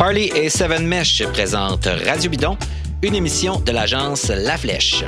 Farley et Seven Mesh présentent Radio Bidon, une émission de l'agence La Flèche.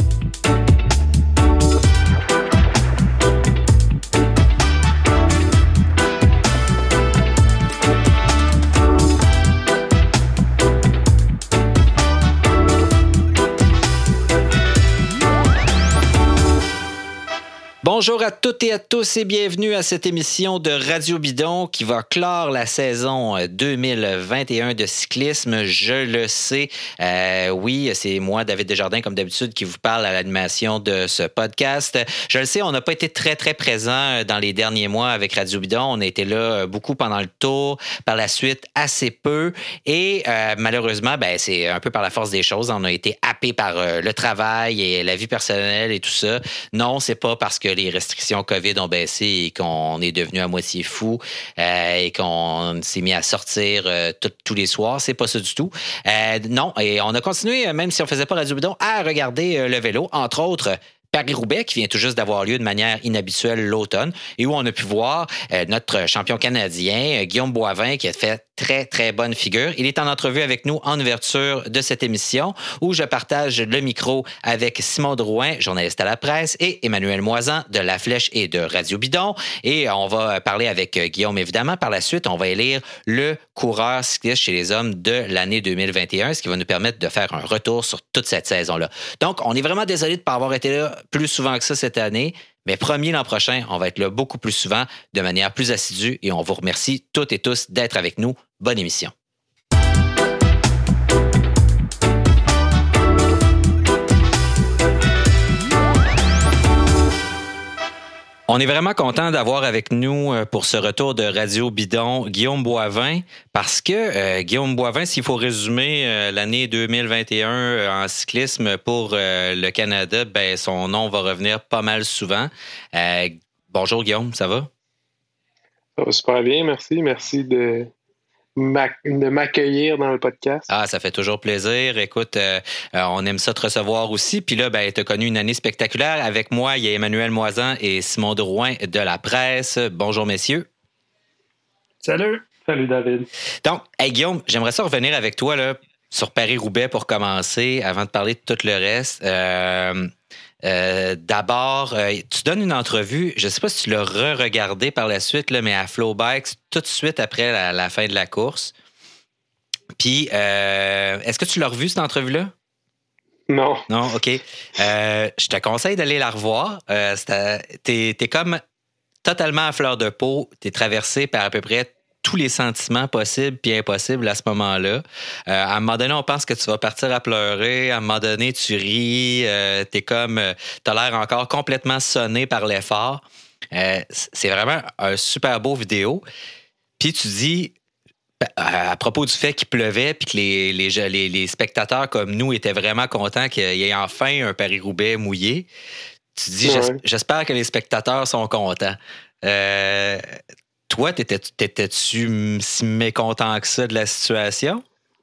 Bonjour à toutes et à tous et bienvenue à cette émission de Radio Bidon qui va clore la saison 2021 de cyclisme. Je le sais, oui, c'est moi, David Desjardins, comme d'habitude, qui vous parle à l'animation de ce podcast. Je le sais, on n'a pas été très présent dans les derniers mois avec Radio Bidon. On a été là beaucoup pendant le tour, par la suite assez peu et malheureusement, c'est un peu par la force des choses. On a été happé par le travail et la vie personnelle et tout ça. Non, c'est pas parce que les restrictions COVID ont baissé et qu'on est devenu à moitié fou et qu'on s'est mis à sortir tous les soirs. C'est pas ça du tout. Non, et on a continué, même si on faisait pas Radio Bidon, à regarder le vélo, entre autres Paris-Roubaix, qui vient tout juste d'avoir lieu de manière inhabituelle l'automne, et où on a pu voir notre champion canadien, Guillaume Boivin, qui a fait très bonne figure. Il est en entrevue avec nous en ouverture de cette émission, où je partage le micro avec Simon Drouin, journaliste à la presse, et Emmanuel Moisan de La Flèche et de Radio Bidon. Et on va parler avec Guillaume, évidemment. Par la suite, on va élire le coureur cycliste chez les hommes de l'année 2021, ce qui va nous permettre de faire un retour sur toute cette saison-là. Donc, on est vraiment désolé de ne pas avoir été là plus souvent que ça cette année, mais promis, l'an prochain, on va être là beaucoup plus souvent, de manière plus assidue, et on vous remercie toutes et tous d'être avec nous. Bonne émission. On est vraiment content d'avoir avec nous pour ce retour de Radio Bidon Guillaume Boivin parce que Guillaume Boivin, s'il faut résumer l'année 2021 en cyclisme pour le Canada, son nom va revenir pas mal souvent. Bonjour Guillaume, ça va? Ça va super bien, merci. Merci de m'accueillir dans le podcast. Ah, ça fait toujours plaisir. Écoute, on aime ça te recevoir aussi. Puis là, tu as connu une année spectaculaire. Avec moi, il y a Emmanuel Moisan et Simon Drouin de la presse. Bonjour, messieurs. Salut. Salut, David. Donc, Guillaume, j'aimerais ça revenir avec toi là, sur Paris-Roubaix pour commencer, avant de parler de tout le reste. D'abord, tu donnes une entrevue, je ne sais pas si tu l'as re-regardé par la suite, là, mais à Flowbikes, tout de suite après la fin de la course. Puis, est-ce que tu l'as revu, cette entrevue-là? Non. Non, OK. Je te conseille d'aller la revoir. T'es comme totalement à fleur de peau. T'es traversé par à peu près tous les sentiments possibles puis impossibles à ce moment-là. À un moment donné, on pense que tu vas partir à pleurer. À un moment donné, tu ris. T'as l'air encore complètement sonné par l'effort. C'est vraiment un super beau vidéo. Puis tu dis, à propos du fait qu'il pleuvait puis que les spectateurs comme nous étaient vraiment contents qu'il y ait enfin un Paris-Roubaix mouillé, tu dis, ouais. J'espère que les spectateurs sont contents. Toi, t'étais-tu si mécontent que ça de la situation?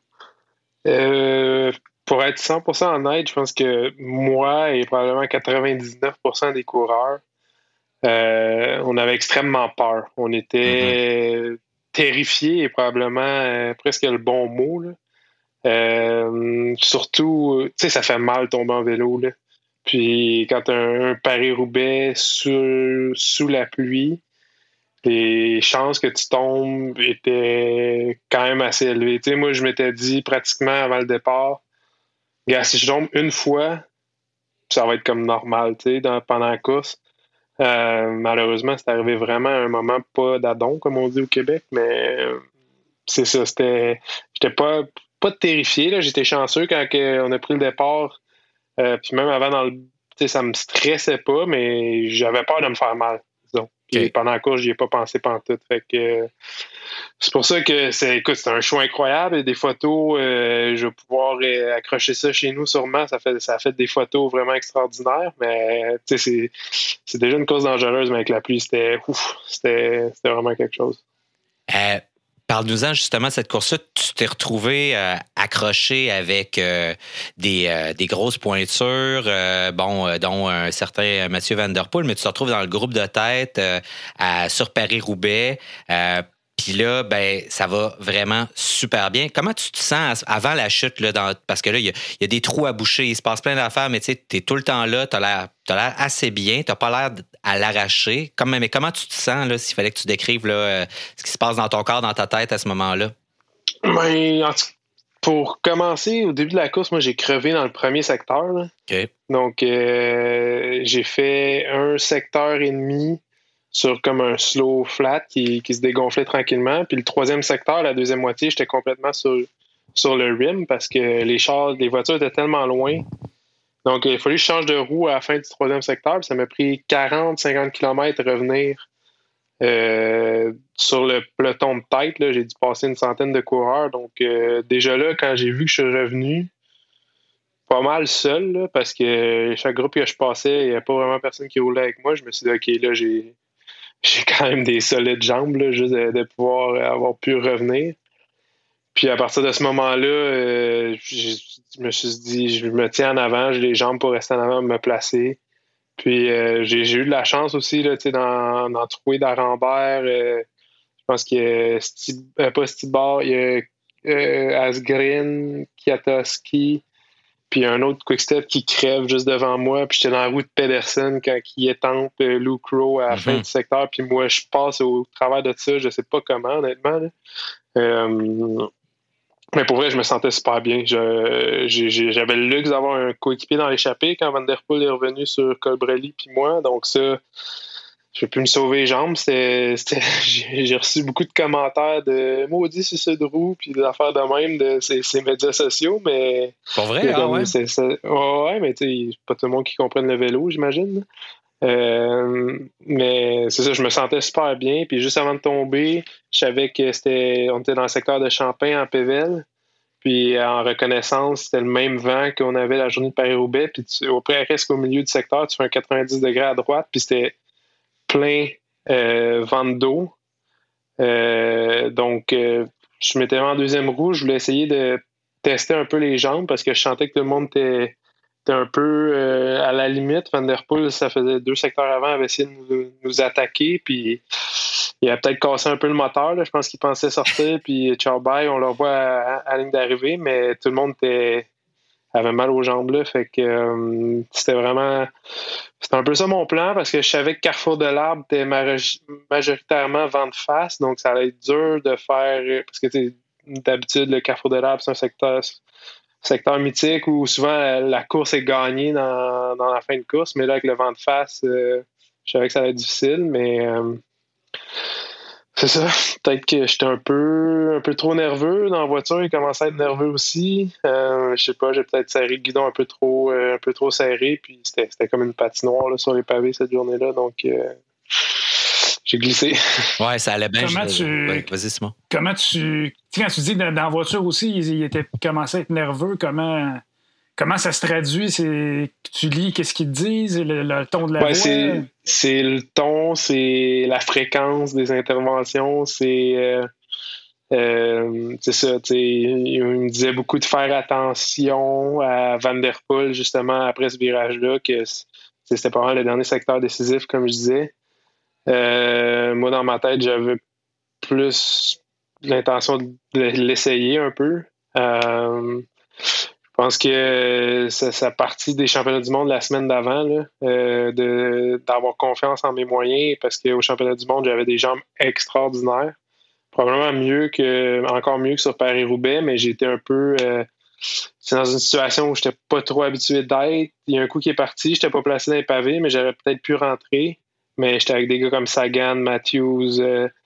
Pour être 100% honnête, je pense que moi et probablement 99% des coureurs, on avait extrêmement peur. On était terrifiés, est probablement presque le bon mot. Là. Surtout, tu sais, ça fait mal tomber en vélo. Là. Puis quand un Paris-Roubaix sous la pluie, les chances que tu tombes étaient quand même assez élevées. Tu sais, moi, je m'étais dit pratiquement avant le départ, gars, si je tombe une fois, ça va être comme normal, tu sais, pendant la course. Malheureusement, c'est arrivé vraiment à un moment pas d'adon, comme on dit au Québec, mais c'est ça, j'étais pas terrifié, là, j'étais chanceux quand on a pris le départ, puis même avant, tu sais, ça me stressait pas, mais j'avais peur de me faire mal. Okay. Pendant la course, j'y ai pas pensé pantoute. Fait que c'est pour ça que c'est un choix incroyable. Et des photos, je vais pouvoir accrocher ça chez nous sûrement. Ça fait des photos vraiment extraordinaires. Mais c'est déjà une course dangereuse, mais avec la pluie, c'était vraiment quelque chose. Parle-nous-en justement de cette course-là. Tu t'es retrouvé accroché avec des grosses pointures, dont un certain Mathieu Van Der Poel, mais tu te retrouves dans le groupe de tête sur Paris-Roubaix. Puis là, ben, ça va vraiment super bien. Comment tu te sens avant la chute? Là, parce que là, il y a des trous à boucher, il se passe plein d'affaires, mais tu sais, t'es tout le temps là, t'as l'air assez bien, t'as pas l'air à l'arracher. Mais comment tu te sens, là, s'il fallait que tu décrives là, ce qui se passe dans ton corps, dans ta tête à ce moment-là? Ben, pour commencer, au début de la course, moi, j'ai crevé dans le premier secteur. Là. OK. Donc, j'ai fait un secteur et demi sur comme un slow flat qui se dégonflait tranquillement. Puis le troisième secteur, la deuxième moitié, j'étais complètement sur le rim parce que les voitures étaient tellement loin. Donc, il a fallu que je change de roue à la fin du troisième secteur. Puis ça m'a pris 40-50 km revenir sur le peloton de tête. Là, j'ai dû passer une centaine de coureurs. Donc, déjà là, quand j'ai vu que je suis revenu, pas mal seul, là, parce que chaque groupe que je passais, il n'y avait pas vraiment personne qui roulait avec moi. Je me suis dit, OK, là, j'ai quand même des solides jambes, là, juste de pouvoir avoir pu revenir. Puis à partir de ce moment-là, je me suis dit, je me tiens en avant, j'ai les jambes pour rester en avant, me placer. Puis j'ai eu de la chance aussi là, dans trouver d'Arambert. Je pense qu'il y a pas Stibor, il y a Asgreen, Kiatowski, puis un autre quick-step qui crève juste devant moi. Puis j'étais dans la roue de Pedersen quand il étampe Luke Rowe à la fin du secteur. Puis moi, je passe au travers de ça. Je sais pas comment, honnêtement. Mais pour vrai, je me sentais super bien. J'avais le luxe d'avoir un coéquipier dans l'échappée quand Van Der Poel est revenu sur Colbrelli puis moi. Donc ça, j'ai pu me sauver les jambes. J'ai reçu beaucoup de commentaires de maudit sur ce de roue puis des affaires de même de ces médias sociaux. Mais pour vrai, ouais? Ouais, mais tu sais, pas tout le monde qui comprenne le vélo, j'imagine. Mais c'est ça, je me sentais super bien. Puis juste avant de tomber, je savais que on était dans le secteur de Champagne en Pével. Puis en reconnaissance, c'était le même vent qu'on avait la journée de Paris-Roubaix. Puis presque au milieu du secteur, tu fais un 90 degrés à droite. Puis c'était plein vent d'eau. Donc, je m'étais mis en deuxième roue. Je voulais essayer de tester un peu les jambes parce que je sentais que tout le monde était un peu à la limite. Van Der Poel, ça faisait 2 secteurs avant, avait essayé de nous attaquer, puis il a peut-être cassé un peu le moteur. Là. Je pense qu'il pensait sortir, puis ciao bye, on le revoit à la ligne d'arrivée, mais tout le monde avait mal aux jambes là. Fait que c'était un peu ça mon plan, parce que je savais que Carrefour de l'Arbre était majoritairement vent de face, donc ça allait être dur de faire, parce que d'habitude, le Carrefour de l'Arbre, c'est un secteur mythique où souvent la course est gagnée dans la fin de course, mais là, avec le vent de face, je savais que ça allait être difficile, mais c'est ça. Peut-être que j'étais un peu trop nerveux dans la voiture, il commençait à être nerveux aussi. Je sais pas, j'ai peut-être serré le guidon un peu trop serré, puis c'était comme une patinoire là, sur les pavés cette journée-là, donc j'ai glissé. Ouais, ça allait bien. Vas-y, Simon. Comment tu quand tu dis que dans la voiture aussi, il commençait à être nerveux, comment ça se traduit? Tu lis qu'est-ce qu'ils te disent, le ton de la voix? C'est le ton, c'est la fréquence des interventions, c'est ça. Il me disait beaucoup de faire attention à Van Der Poel, justement, après ce virage-là, que c'était pas mal le dernier secteur décisif, comme je disais. Moi, dans ma tête, j'avais plus l'intention de l'essayer un peu. Je pense que ça partit des championnats du monde la semaine d'avant, d'avoir confiance en mes moyens, parce qu'au championnat du monde, j'avais des jambes extraordinaires. Probablement encore mieux que sur Paris-Roubaix, mais j'étais un peu... c'est dans une situation où je n'étais pas trop habitué d'être. Il y a un coup qui est parti, je n'étais pas placé dans les pavés, mais j'aurais peut-être pu rentrer. Mais j'étais avec des gars comme Sagan, Matthews,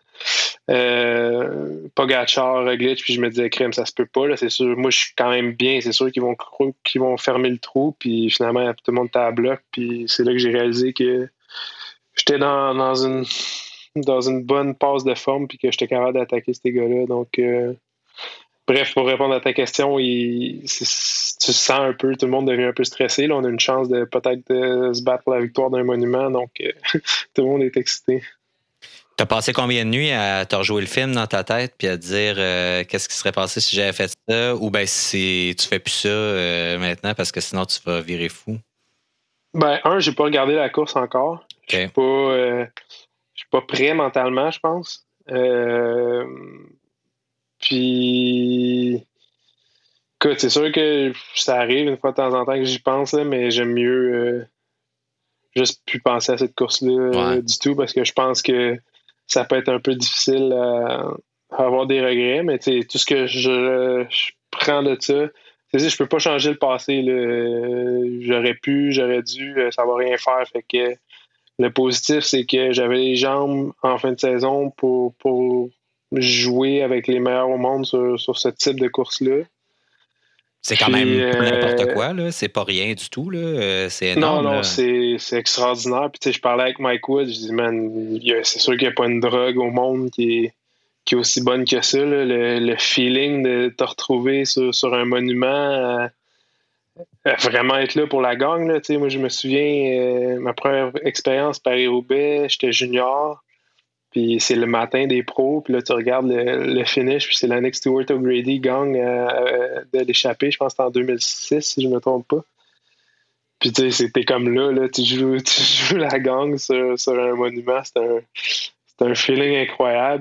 Pogacar, Roglic, puis je me disais, crème, ça se peut pas, là, c'est sûr. Moi, je suis quand même bien, c'est sûr qu'ils vont fermer le trou, puis finalement, tout le monde était à bloc, puis c'est là que j'ai réalisé que j'étais dans une bonne passe de forme, puis que j'étais capable d'attaquer ces gars-là. Donc, bref, pour répondre à ta question, tu sens un peu, tout le monde devient un peu stressé. Là, on a une chance de peut-être se battre pour la victoire d'un monument, donc tout le monde est excité. T'as passé combien de nuits à te rejouer le film dans ta tête puis à te dire qu'est-ce qui serait passé si j'avais fait ça, ou bien si tu fais plus ça maintenant parce que sinon tu vas virer fou? Ben, j'ai pas regardé la course encore. Okay. Je suis pas prêt mentalement, je pense. Puis, écoute, c'est sûr que ça arrive une fois de temps en temps que j'y pense, là, mais j'aime mieux juste plus penser à cette course-là du tout parce que je pense que ça peut être un peu difficile à avoir des regrets, mais tout ce que je prends de ça, je peux pas changer le passé. Là. J'aurais pu, j'aurais dû, ça va rien faire. Fait que le positif, c'est que j'avais les jambes en fin de saison pour jouer avec les meilleurs au monde sur ce type de course-là. C'est quand même pas n'importe quoi, là. C'est pas rien du tout, là. C'est énorme. Non, là. c'est extraordinaire. Puis je parlais avec Mike Wood, je dis, man, c'est sûr qu'il n'y a pas une drogue au monde qui est aussi bonne que ça. Là. Le feeling de te retrouver sur un monument, vraiment être là pour la gang. Là. Moi, je me souviens, ma première expérience Paris-Roubaix, j'étais junior. Puis c'est le matin des pros, puis là, tu regardes le finish, puis c'est l'Annick Stewart O'Grady gang de l'échappée, je pense que c'était en 2006, si je me trompe pas. Puis tu sais, c'était comme là, tu joues la gang sur un monument, c'est un feeling incroyable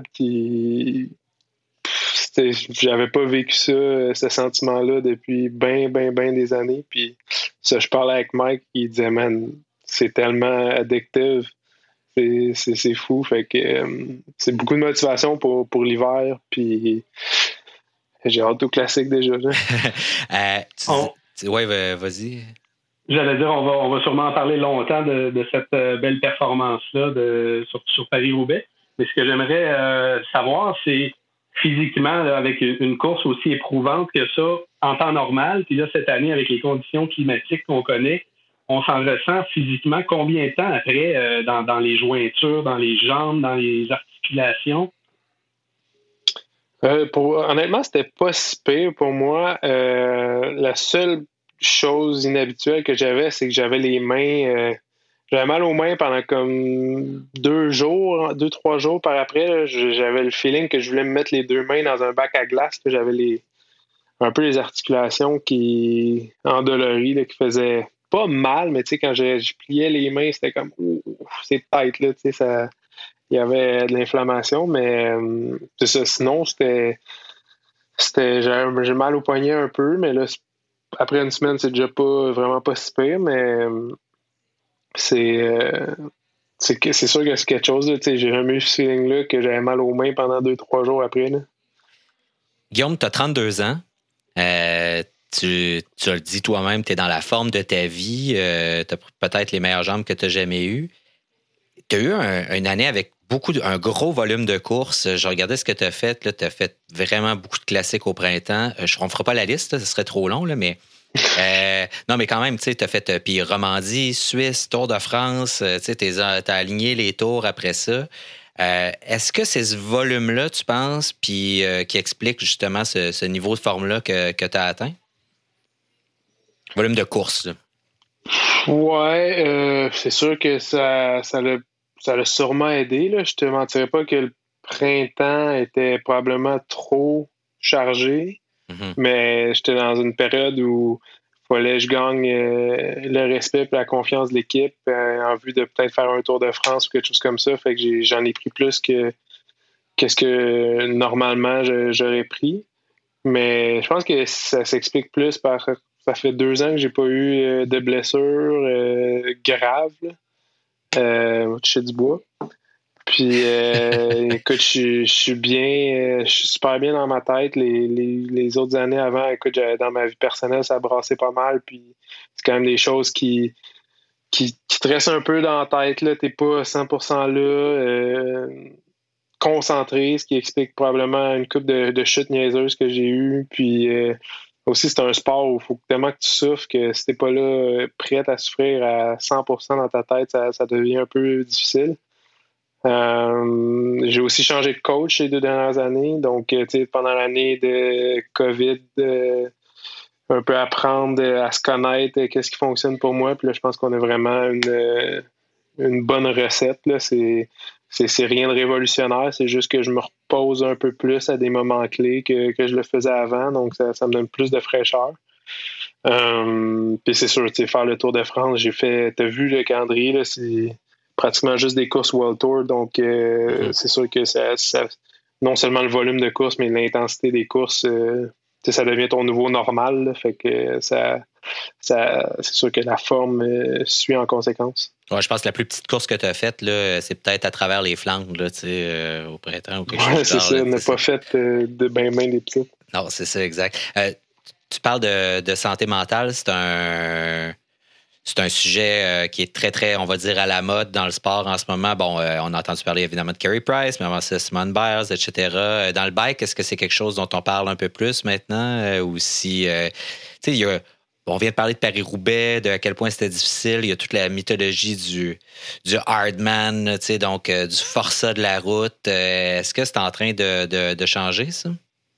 j'avais pas vécu ça, ce sentiment-là depuis ben des années. Puis ça, je parlais avec Mike, il disait, man, c'est tellement addictif. C'est fou. Fait que c'est beaucoup de motivation pour l'hiver. Puis j'ai hâte au classique déjà. Oui, vas-y. J'allais dire, on va sûrement en parler longtemps de cette belle performance-là sur Paris-Roubaix. Mais ce que j'aimerais savoir, c'est physiquement, là, avec une course aussi éprouvante que ça, en temps normal, puis là, cette année, avec les conditions climatiques qu'on connaît, on s'en ressent physiquement combien de temps après dans les jointures, dans les jambes, dans les articulations? Honnêtement, c'était pas si pire pour moi. La seule chose inhabituelle que j'avais, c'est que j'avais les mains... j'avais mal aux mains pendant comme 2-3 jours par après. Là, j'avais le feeling que je voulais me mettre les deux mains dans un bac à glace. Là, j'avais un peu les articulations qui endolories, là, qui faisaient pas mal, mais tu sais, quand je pliais les mains, c'était comme c'est tête, là, tu sais, il y avait de l'inflammation, mais c'est ça. Sinon, j'ai mal au poignet un peu, mais là, après une semaine, c'est déjà vraiment pas si pire, mais c'est sûr que c'est quelque chose, là, tu sais, j'ai jamais eu ce feeling-là que j'avais mal aux mains pendant 2-3 jours après, là. Guillaume, tu as 32 ans. Tu le dis toi-même, tu es dans la forme de ta vie. Tu as peut-être les meilleures jambes que tu as jamais eues. Tu as eu une année avec un gros volume de courses. Je regardais ce que tu as fait. Tu as fait vraiment beaucoup de classiques au printemps. On ne fera pas la liste, là, ce serait trop long, là, mais non, mais quand même, tu as fait puis Romandie, Suisse, Tour de France. Tu as aligné les tours après ça. Est-ce que c'est ce volume-là, tu penses, puis qui explique justement ce niveau de forme-là que tu as atteint? Volume de course. Là. Ouais, c'est sûr que ça l'a sûrement aidé. Là. Je te mentirais pas que le printemps était probablement trop chargé, mais j'étais dans une période où il fallait que je gagne le respect et la confiance de l'équipe en vue de peut-être faire un Tour de France ou quelque chose comme ça. Fait que j'en ai pris plus que ce que normalement j'aurais pris. Mais je pense que ça s'explique plus par... Ça fait 2 ans que j'ai pas eu de blessures graves. Toucher du bois. Puis, écoute, je suis bien, je suis super bien dans ma tête. Les autres années avant, écoute, dans ma vie personnelle, ça brassait pas mal. Puis, c'est quand même des choses qui te restent un peu dans la tête. Là. T'es pas 100% là, concentré, ce qui explique probablement une couple de chutes niaiseuses que j'ai eues. Puis, aussi, c'est un sport où il faut tellement que tu souffres que si t'es pas là prête à souffrir à 100% dans ta tête, ça devient un peu difficile. J'ai aussi changé de coach les 2 dernières années. Donc, pendant l'année de COVID, un peu apprendre à se connaître, qu'est-ce qui fonctionne pour moi. Puis là, je pense qu'on a vraiment une bonne recette. Là. C'est rien de révolutionnaire. C'est juste que je me repose un peu plus à des moments clés que je le faisais avant. Donc, ça me donne plus de fraîcheur. Puis c'est sûr, faire le Tour de France, t'as vu le calendrier, là, pratiquement juste des courses World Tour. Donc, c'est sûr que ça, non seulement le volume de course, mais l'intensité des courses, ça devient ton nouveau normal. Là, fait que c'est sûr que la forme suit en conséquence. Ouais, je pense que la plus petite course que tu as faite, là, c'est peut-être à travers les Flandres là, au printemps ou quelque chose. C'est ça, on n'a pas fait de bien des petites. Non, c'est ça, exact. Tu parles de santé mentale, c'est un sujet qui est très, très, on va dire, à la mode dans le sport en ce moment. Bon, on a entendu parler évidemment de Carey Price, mais avant ça, Simone Biles, etc. Dans le bike, est-ce que c'est quelque chose dont on parle un peu plus maintenant? Ou si, tu sais, on vient de parler de Paris-Roubaix, de à quel point c'était difficile. Il y a toute la mythologie du hardman, tu sais, donc du forçat de la route. Est-ce que c'est en train de changer, ça?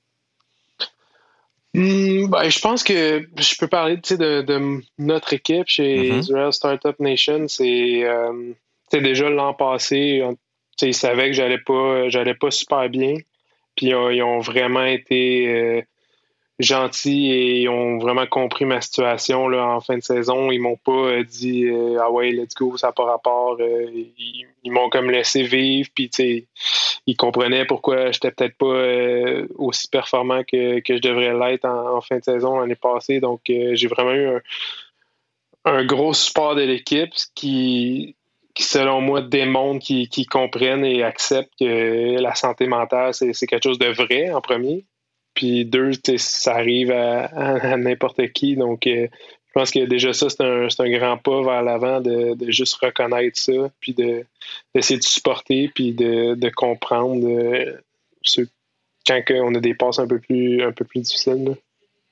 Je pense que je peux parler de notre équipe chez Israel Startup Nation. C'est déjà l'an passé, ils savaient que j'allais pas super bien. Puis ils ont vraiment été gentils et ils ont vraiment compris ma situation là, en fin de saison. Ils m'ont pas dit ah ouais, let's go, ça n'a pas rapport. Ils m'ont comme laissé vivre. Puis ils comprenaient pourquoi j'étais peut-être pas aussi performant que je devrais l'être en fin de saison l'année passée. Donc j'ai vraiment eu un gros support de l'équipe qui selon moi démontre qu'ils comprennent et acceptent que la santé mentale c'est quelque chose de vrai en premier. Puis deux, ça arrive à n'importe qui. Donc, je pense que déjà ça, c'est un grand pas vers l'avant de juste reconnaître ça, puis d'essayer de supporter, puis de comprendre quand on a des passes un peu plus difficiles. Là.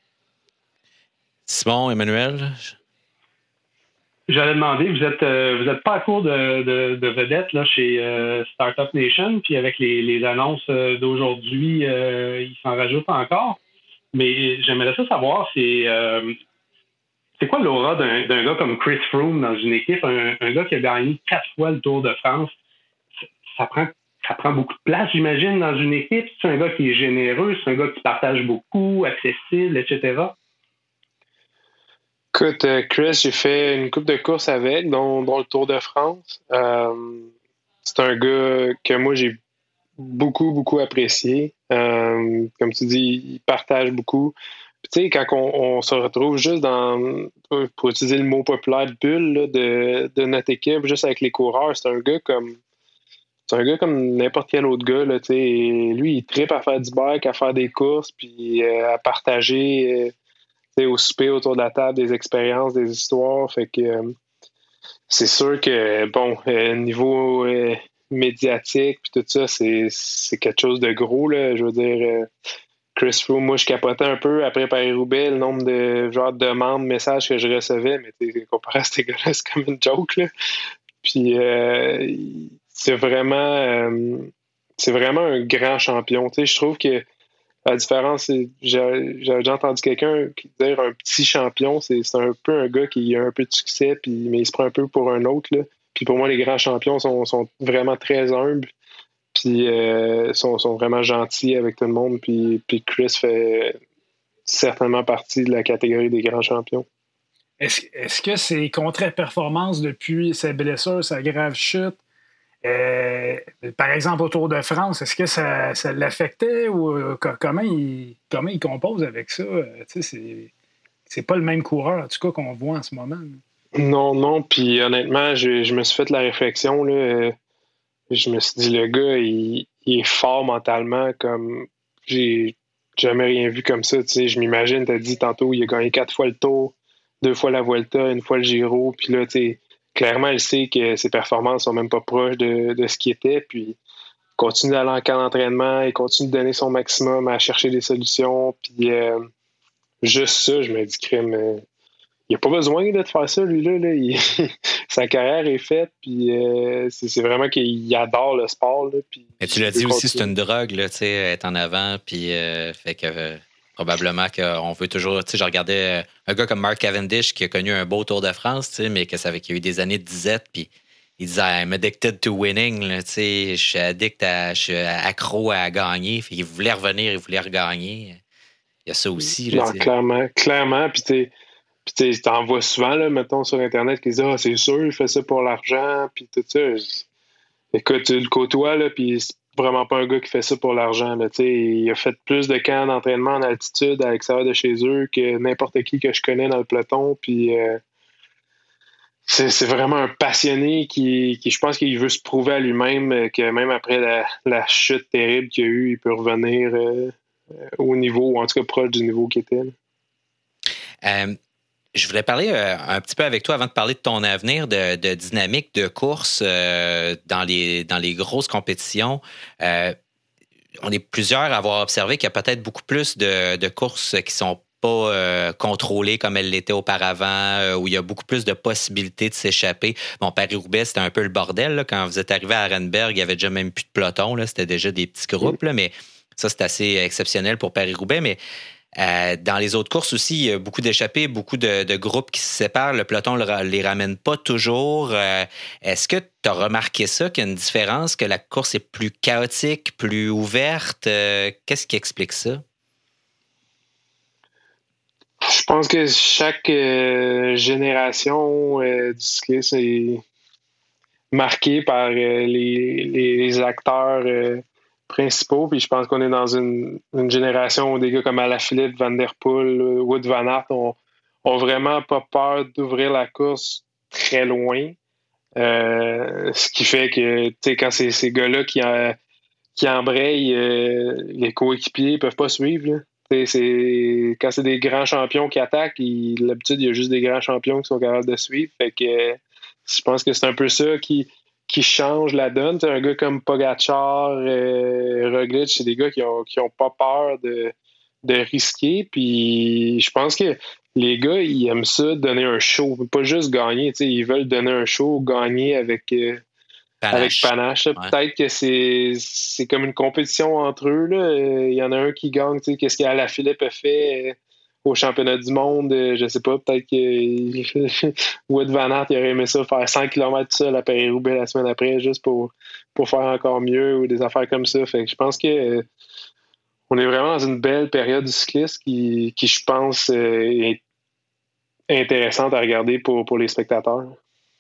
Simon, Emmanuel? J'allais demander, vous êtes pas à court de vedettes là, chez Startup Nation, puis avec les annonces d'aujourd'hui, ils s'en rajoutent encore. Mais j'aimerais ça savoir, c'est quoi l'aura d'un gars comme Chris Froome dans une équipe, un gars qui a gagné 4 fois le Tour de France? Ça prend beaucoup de place, j'imagine, dans une équipe. C'est un gars qui est généreux, c'est un gars qui partage beaucoup, accessible, etc. Écoute, Chris, j'ai fait une couple de courses avec, dont le Tour de France. C'est un gars que moi, j'ai beaucoup, beaucoup apprécié. Comme tu dis, il partage beaucoup. Puis, tu sais, quand on se retrouve juste pour utiliser le mot populaire, bulle là, de notre équipe, juste avec les coureurs, c'est un gars comme n'importe quel autre gars. Là, lui, il trippe à faire du bike, à faire des courses, puis à partager au souper autour de la table des expériences, des histoires. Fait que c'est sûr que, niveau médiatique, puis tout ça, c'est quelque chose de gros. Là. Je veux dire, Chris Froome, moi, je capotais un peu après Paris-Roubaix, le nombre de demandes, messages que je recevais, mais comparé à ces gars-là, c'est comme une joke. Là. Puis c'est vraiment un grand champion. Je trouve que la différence, c'est j'avais déjà entendu quelqu'un dire un petit champion, c'est un peu un gars qui a un peu de succès, mais il se prend un peu pour un autre. Là. Puis pour moi, les grands champions sont vraiment très humbles, puis sont vraiment gentils avec tout le monde. Puis Chris fait certainement partie de la catégorie des grands champions. Est-ce que ses contre-performances depuis sa blessure, sa grave chute, par exemple au Tour de France, est-ce que ça l'affectait ou comment il compose avec ça? C'est pas le même coureur, en tout cas, qu'on voit en ce moment. Non. Puis honnêtement, je me suis fait la réflexion. Là, je me suis dit, le gars, il est fort mentalement. Comme j'ai jamais rien vu comme ça. Je m'imagine, tu as dit tantôt, il a gagné 4 fois le Tour, 2 fois la Vuelta, 1 fois le Giro. Puis là, clairement, il sait que ses performances sont même pas proches de ce qu'il était. Puis il continue d'aller en camp d'entraînement, il continue de donner son maximum à chercher des solutions. Puis juste ça, je me dis, crème, il n'a pas besoin de faire ça, lui-là. Sa carrière est faite. Puis c'est vraiment qu'il adore le sport. Là, puis, et tu l'as dit aussi, c'est une drogue, là, être en avant. Puis fait que. Probablement qu'on veut toujours... Tu sais, je regardais un gars comme Mark Cavendish qui a connu un beau Tour de France, tu sais, mais qu'il y a eu des années de disette, puis il disait « I'm addicted to winning », tu sais, je suis accro à gagner. Il voulait revenir, il voulait regagner. Il y a ça aussi. Là, non, clairement. Puis tu sais, Puis tu sais, t'en vois souvent, là, mettons, sur Internet, qui disent « Ah, c'est sûr, il fait ça pour l'argent. » Puis tout ça. Écoute, tu le côtoies, là, puis c'est vraiment pas un gars qui fait ça pour l'argent. Là, tu sais, il a fait plus de camps d'entraînement en altitude à l'extérieur de chez eux que n'importe qui que je connais dans le peloton. Puis c'est vraiment un passionné qui, je pense qu'il veut se prouver à lui-même que même après la chute terrible qu'il a eue, il peut revenir au niveau, ou en tout cas proche du niveau qu'il était. Je voulais parler un petit peu avec toi avant de parler de ton avenir de dynamique de course dans les grosses compétitions. On est plusieurs à avoir observé qu'il y a peut-être beaucoup plus de courses qui sont pas contrôlées comme elles l'étaient auparavant, où il y a beaucoup plus de possibilités de s'échapper. Bon, Paris-Roubaix, c'était un peu le bordel. Là. Quand vous êtes arrivé à Arenberg, il n'y avait déjà même plus de peloton. Là. C'était déjà des petits groupes. Là, mais ça, c'est assez exceptionnel pour Paris-Roubaix. Mais dans les autres courses aussi, il y a beaucoup d'échappées, beaucoup de groupes qui se séparent. Le peloton ne les ramène pas toujours. Est-ce que tu as remarqué ça, qu'il y a une différence, que la course est plus chaotique, plus ouverte? Qu'est-ce qui explique ça? Je pense que chaque génération du cyclisme est marquée par les acteurs principaux. Puis je pense qu'on est dans une génération où des gars comme Alaphilippe, Van Der Poel, Wout Van Aert ont vraiment pas peur d'ouvrir la course très loin. Ce qui fait que, tu sais, quand c'est ces gars-là qui embrayent, les coéquipiers ne peuvent pas suivre. Là. Quand c'est des grands champions qui attaquent, l'habitude, il y a juste des grands champions qui sont capables de suivre. Fait que je pense que c'est un peu ça qui change la donne. T'sais, un gars comme Pogacar, Roglic, c'est des gars qui ont pas peur de risquer. Puis je pense que les gars, ils aiment ça, donner un show. Pas juste gagner. Ils veulent donner un show, gagner avec panache. Ouais. Peut-être que c'est comme une compétition entre eux. Il y en a un qui gagne. Qu'est-ce qu'Alaphilippe a fait au championnat du monde? Je sais pas. Peut-être que Wout Van Aert il aurait aimé ça faire 100 km seul à Paris-Roubaix la semaine après juste pour faire encore mieux ou des affaires comme ça. Fait que je pense que on est vraiment dans une belle période du cyclisme qui je pense, est intéressante à regarder pour les spectateurs.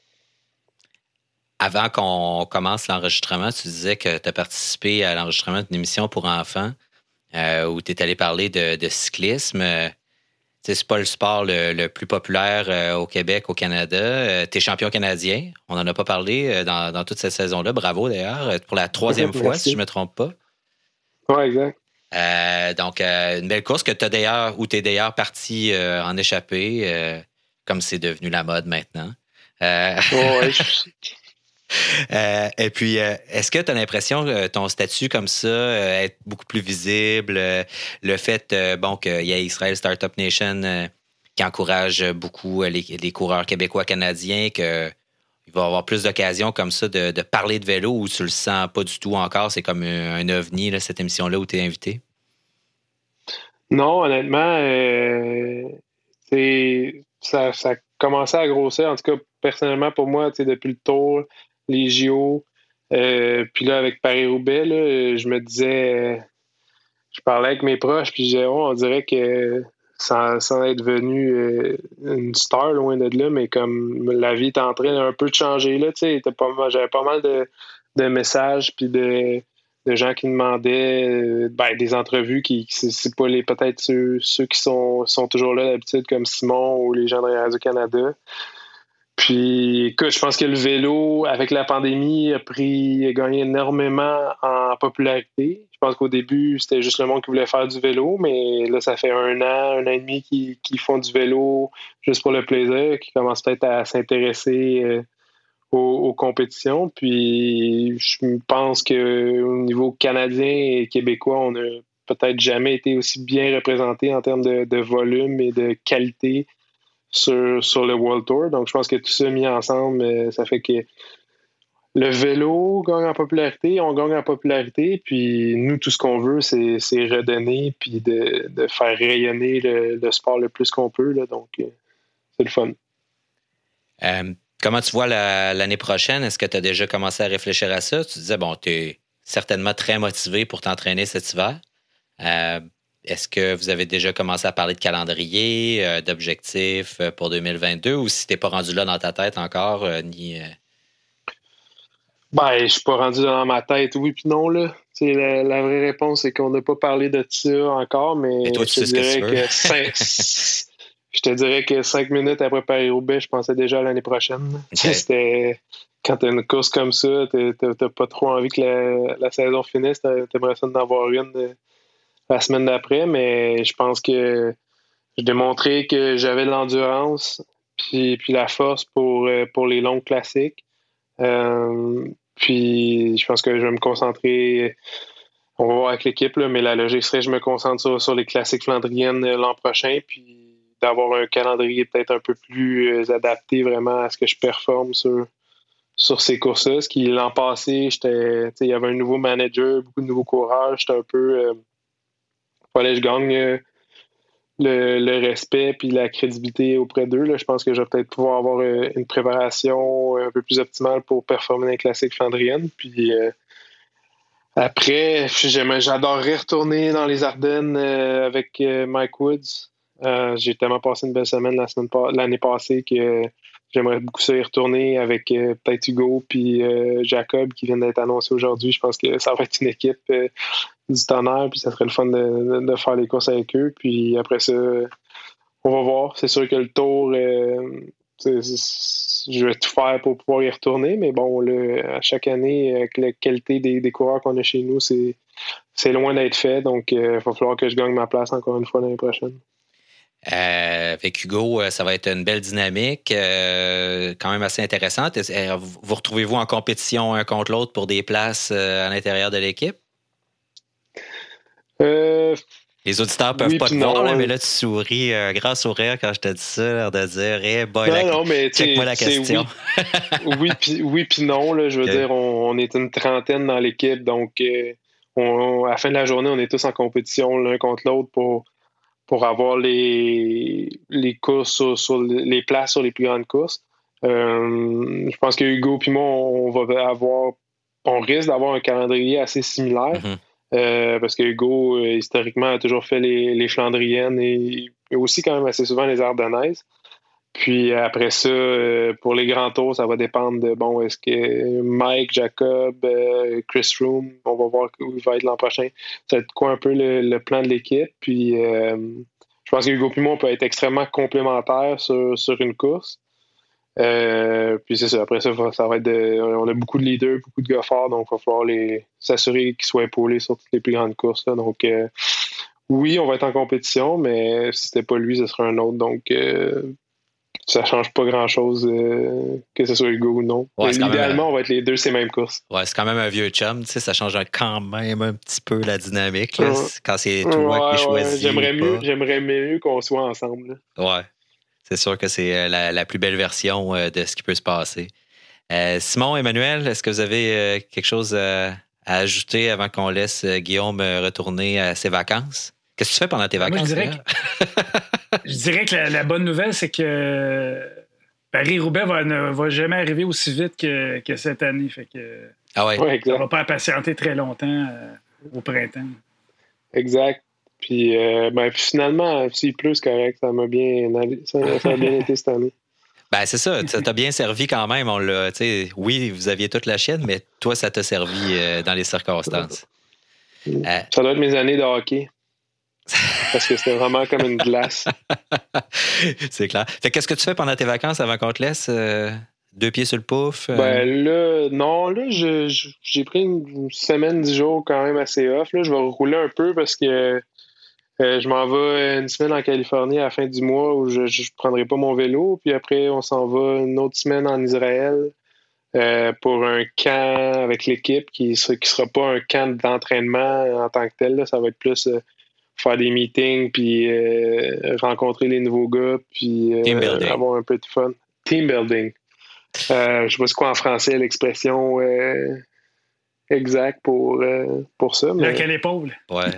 Avant qu'on commence l'enregistrement, tu disais que tu as participé à l'enregistrement d'une émission pour enfants où tu es allé parler de cyclisme. C'est pas le sport le plus populaire au Québec, au Canada. Tu es champion canadien. On n'en a pas parlé dans toute cette saison-là. Bravo d'ailleurs. Pour la 3e fois, si je ne me trompe pas. Oui, exact. Donc, une belle course que tu es d'ailleurs parti en échappée, comme c'est devenu la mode maintenant. Ouais. Et puis, est-ce que tu as l'impression que ton statut comme ça, être beaucoup plus visible, le fait qu'il y a Israel Startup Nation qui encourage beaucoup les coureurs québécois-canadiens, qu'il va y avoir plus d'occasions comme ça de parler de vélo, ou tu le sens pas du tout encore? C'est comme un ovni, là, cette émission-là où tu es invité? Non, honnêtement, ça a commencé à grossir. En tout cas, personnellement, pour moi, depuis le Tour, les JO, puis là, avec Paris-Roubaix, là, je me disais, je parlais avec mes proches, puis je disais, on dirait que sans être devenu une star loin de là, mais comme la vie est en train un peu de changer, là, j'avais pas mal de messages, puis de gens qui demandaient des entrevues qui c'est pas peut-être ceux qui sont toujours là d'habitude, comme Simon ou les gens de Radio-Canada. Puis, écoute, je pense que le vélo, avec la pandémie, a gagné énormément en popularité. Je pense qu'au début, c'était juste le monde qui voulait faire du vélo, mais là, ça fait 1 an et demi qu'ils font du vélo juste pour le plaisir, qui commencent peut-être à s'intéresser aux compétitions. Puis, je pense qu'au niveau canadien et québécois, on n'a peut-être jamais été aussi bien représentés en termes de volume et de qualité sur le World Tour. Donc, je pense que tout ça mis ensemble, ça fait que le vélo gagne en popularité, on gagne en popularité, puis nous, tout ce qu'on veut, c'est redonner puis de faire rayonner le sport le plus qu'on peut. Là. Donc, c'est le fun. Comment tu vois l'année prochaine? Est-ce que tu as déjà commencé à réfléchir à ça? Tu disais, tu es certainement très motivé pour t'entraîner cet hiver. est-ce que vous avez déjà commencé à parler de calendrier, d'objectifs pour 2022 ou si t'es pas rendu là dans ta tête encore, ni... Ben, je suis pas rendu dans ma tête, oui puis non, là. La vraie réponse, c'est qu'on n'a pas parlé de ça encore, mais toi, je te dirais que 5 minutes après Paris-Roubaix, je pensais déjà à l'année prochaine. Okay. C'était... Quand t'as une course comme ça, t'as pas trop envie que la saison finisse, t'aimerais ça d'en avoir une la semaine d'après, mais je pense que j'ai démontré que j'avais de l'endurance puis la force pour les longues classiques. Puis je pense que je vais me concentrer, on va voir avec l'équipe, là, mais la logique serait que je me concentre sur les classiques flandriennes l'an prochain, puis d'avoir un calendrier peut-être un peu plus adapté vraiment à ce que je performe sur ces courses-là. Ce qui, l'an passé, il y avait un nouveau manager, beaucoup de nouveaux coureurs, j'étais un peu... fallait que je gagne le respect puis la crédibilité auprès d'eux. Là. Je pense que je vais peut-être pouvoir avoir une préparation un peu plus optimale pour performer dans les classiques flandriennes. Puis après, j'adorerais retourner dans les Ardennes avec Mike Woods. J'ai tellement passé une belle semaine l'année passée que j'aimerais beaucoup ça y retourner avec peut-être Hugo puis Jacob qui viennent d'être annoncés aujourd'hui. Je pense que ça va être une équipe du tonnerre, puis ça serait le fun de faire les courses avec eux. Puis après ça, on va voir. C'est sûr que le tour, je vais tout faire pour pouvoir y retourner, mais bon, là, à chaque année, avec la qualité des coureurs qu'on a chez nous, c'est loin d'être fait. Donc, il va falloir que je gagne ma place encore une fois l'année prochaine. Avec Hugo, ça va être une belle dynamique, quand même assez intéressante. Vous retrouvez-vous en compétition un contre l'autre pour des places à l'intérieur de l'équipe? Les auditeurs peuvent pas te voir, là, mais là, tu souris, un grand sourire quand je te dis ça, l'air de dire, hey boy, check-moi la question. Oui, puis non, là, je veux dire, on est une trentaine dans l'équipe, donc à la fin de la journée, on est tous en compétition l'un contre l'autre pour avoir les courses sur les places sur les plus grandes courses. Je pense que Hugo puis moi, on risque d'avoir un calendrier assez similaire. Mm-hmm. Parce que Hugo, historiquement, a toujours fait les Flandriennes et aussi quand même assez souvent les Ardennaises. Puis après ça, pour les grands tours, ça va dépendre de, est-ce que Mike, Jacob, Chris Froome, on va voir où il va être l'an prochain. Ça va être quoi un peu le plan de l'équipe. Puis je pense que Hugo et moi, on peut être extrêmement complémentaires sur une course. Puis c'est ça. Après ça va être on a beaucoup de leaders, beaucoup de gars forts, donc il va falloir s'assurer qu'ils soient épaulés sur toutes les plus grandes courses. Là. Donc oui, on va être en compétition, mais si c'était pas lui, ce serait un autre. Donc ça change pas grand-chose que ce soit Hugo ou non. Ouais, idéalement, on va être les deux ces mêmes courses. Ouais, c'est quand même un vieux chum, tu sais, ça change quand même un petit peu la dynamique là, quand c'est toi qui choisis. J'aimerais mieux qu'on soit ensemble. Là. Ouais. C'est sûr que c'est la plus belle version de ce qui peut se passer. Simon, Emmanuel, est-ce que vous avez quelque chose à ajouter avant qu'on laisse Guillaume retourner à ses vacances? Qu'est-ce que tu fais pendant tes vacances? Je dirais que la bonne nouvelle, c'est que Paris-Roubaix ne va jamais arriver aussi vite que cette année. Fait que ça ne va pas patienter très longtemps au printemps. Exact. Puis finalement, s'il pleut, c'est correct. Ça m'a bien été cette année. Ben c'est ça, ça t'a bien servi quand même. Oui, vous aviez toute la chienne, mais toi, ça t'a servi dans les circonstances. Ça doit être mes années de hockey. Parce que c'était vraiment comme une glace. C'est clair. Fait qu'est-ce que tu fais pendant tes vacances avant qu'on te laisse? 2 pieds sur le pouf? J'ai pris une semaine, 10 jours quand même assez off. Là, je vais rouler un peu parce que je m'en vais une semaine en Californie à la fin du mois où je ne prendrai pas mon vélo. Puis après, on s'en va une autre semaine en Israël pour un camp avec l'équipe qui sera pas un camp d'entraînement en tant que tel. Là. Ça va être plus faire des meetings puis rencontrer les nouveaux gars puis avoir un peu de fun. Team building. Je sais pas c'est quoi en français l'expression exacte pour ça. Mais... Quelle épaule. Ouais.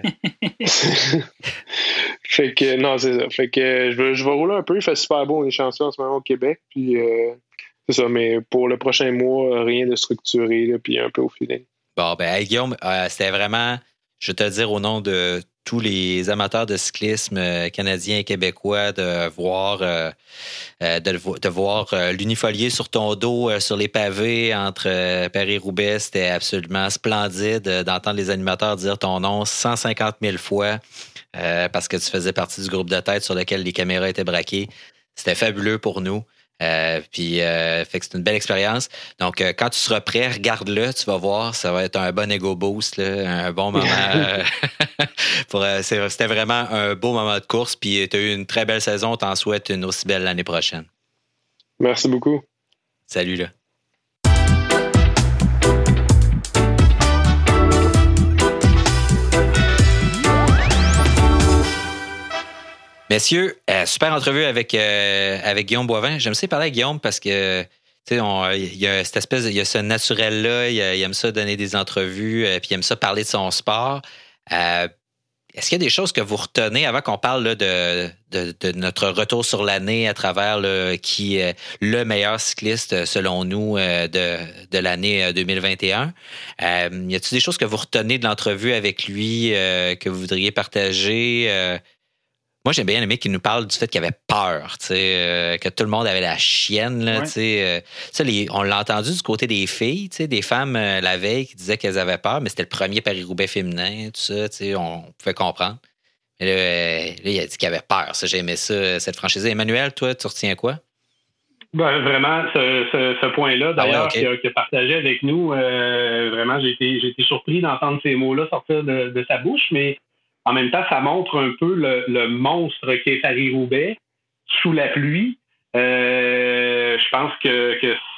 Fait que non, c'est ça. Fait que je vais rouler un peu. Il fait super beau, on est chanceux en ce moment au Québec. Puis c'est ça, mais pour le prochain mois, rien de structuré, là, puis un peu au feeling. Bon, ben, hey, Guillaume, c'était vraiment je vais te le dire au nom de tous les amateurs de cyclisme canadiens et québécois, de voir l'unifolier sur ton dos, sur les pavés entre Paris-Roubaix. C'était absolument splendide d'entendre les animateurs dire ton nom 150 000 fois parce que tu faisais partie du groupe de tête sur lequel les caméras étaient braquées. C'était fabuleux pour nous. Fait que c'est une belle expérience. Donc, quand tu seras prêt, regarde-le, tu vas voir, ça va être un bon ego boost, là, un bon moment. C'était vraiment un beau moment de course, puis tu as eu une très belle saison. On t'en souhaite une aussi belle l'année prochaine. Merci beaucoup. Salut, là. Messieurs, super entrevue avec Guillaume Boivin. J'aime ça parler avec Guillaume parce que il y a cette espèce, il y a ce naturel-là, il aime ça donner des entrevues, puis il aime ça parler de son sport. Est-ce qu'il y a des choses que vous retenez avant qu'on parle là, de notre retour sur l'année à travers qui est le meilleur cycliste selon nous de l'année 2021? Y a-t-il des choses que vous retenez de l'entrevue avec lui que vous voudriez partager? Moi, j'ai bien aimé qu'il nous parle du fait qu'il avait peur, que tout le monde avait la chienne. Là, on l'a entendu du côté des filles, des femmes la veille qui disaient qu'elles avaient peur, mais c'était le premier Paris-Roubaix féminin, tout ça, on pouvait comprendre. Mais là, il a dit qu'il avait peur. Ça, j'ai aimé ça, cette franchise. Emmanuel, toi, tu retiens quoi? Ben, vraiment, ce point-là, d'ailleurs, qu'il a partagé avec nous, vraiment, j'ai été surpris d'entendre ces mots-là sortir de sa bouche, mais en même temps, ça montre un peu le monstre qu'est Paris-Roubaix sous la pluie. Je pense que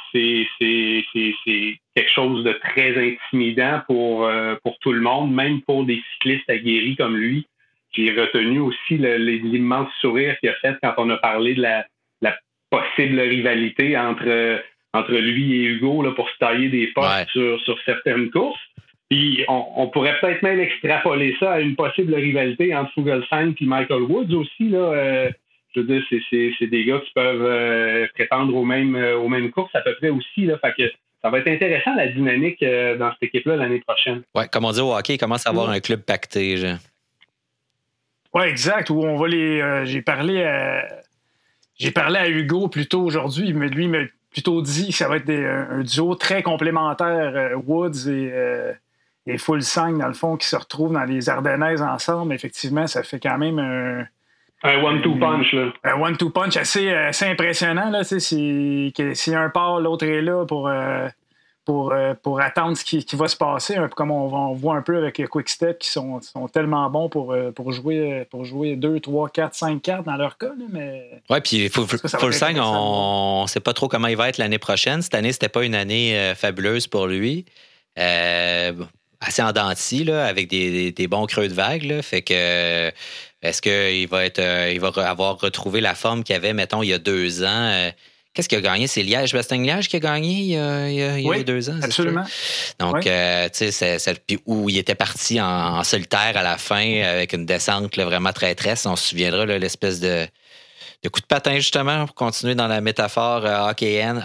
c'est quelque chose de très intimidant pour tout le monde, même pour des cyclistes aguerris comme lui. J'ai retenu aussi l'immense sourire qu'il a fait quand on a parlé de la possible rivalité entre lui et Hugo là, pour se tailler des postes sur certaines courses. Puis on pourrait peut-être même extrapoler ça à une possible rivalité entre Fugelsang et Michael Woods aussi. Là, je veux dire, c'est des gars qui peuvent prétendre aux mêmes courses à peu près aussi. Là, fait que ça va être intéressant la dynamique dans cette équipe-là l'année prochaine. Oui, comme on dit au hockey, il commence à avoir un club pacté. Oui, exact. Où on va j'ai parlé à Hugo plus tôt aujourd'hui, mais lui m'a plutôt dit que ça va être un duo très complémentaire, Woods et Fuglsang, dans le fond, qui se retrouvent dans les Ardennaises ensemble. Effectivement, ça fait quand même un one-two punch. Là. Un one-two punch assez impressionnant. Là, si un part, l'autre est là pour attendre ce qui va se passer, un peu comme on voit un peu avec Quick-Step qui sont tellement bons pour jouer 2, 3, 4, 5 cartes dans leur cas. Là, mais oui, puis Fuglsang, on ne sait pas trop comment il va être l'année prochaine. Cette année, c'était pas une année fabuleuse pour lui. Assez en dents de scie, là, avec des bons creux de vague. Là, fait que est-ce qu'il va avoir retrouvé la forme qu'il avait, mettons, il y a 2 ans? Qu'est-ce qu'il a gagné? C'est Liège-Bastogne-Liège qui a gagné il y a 2 ans? Absolument. Donc, tu sais, où il était parti en solitaire à la fin avec une descente là, vraiment traîtresse. On se souviendra là, l'espèce de coup de patin, justement, pour continuer dans la métaphore hockeyienne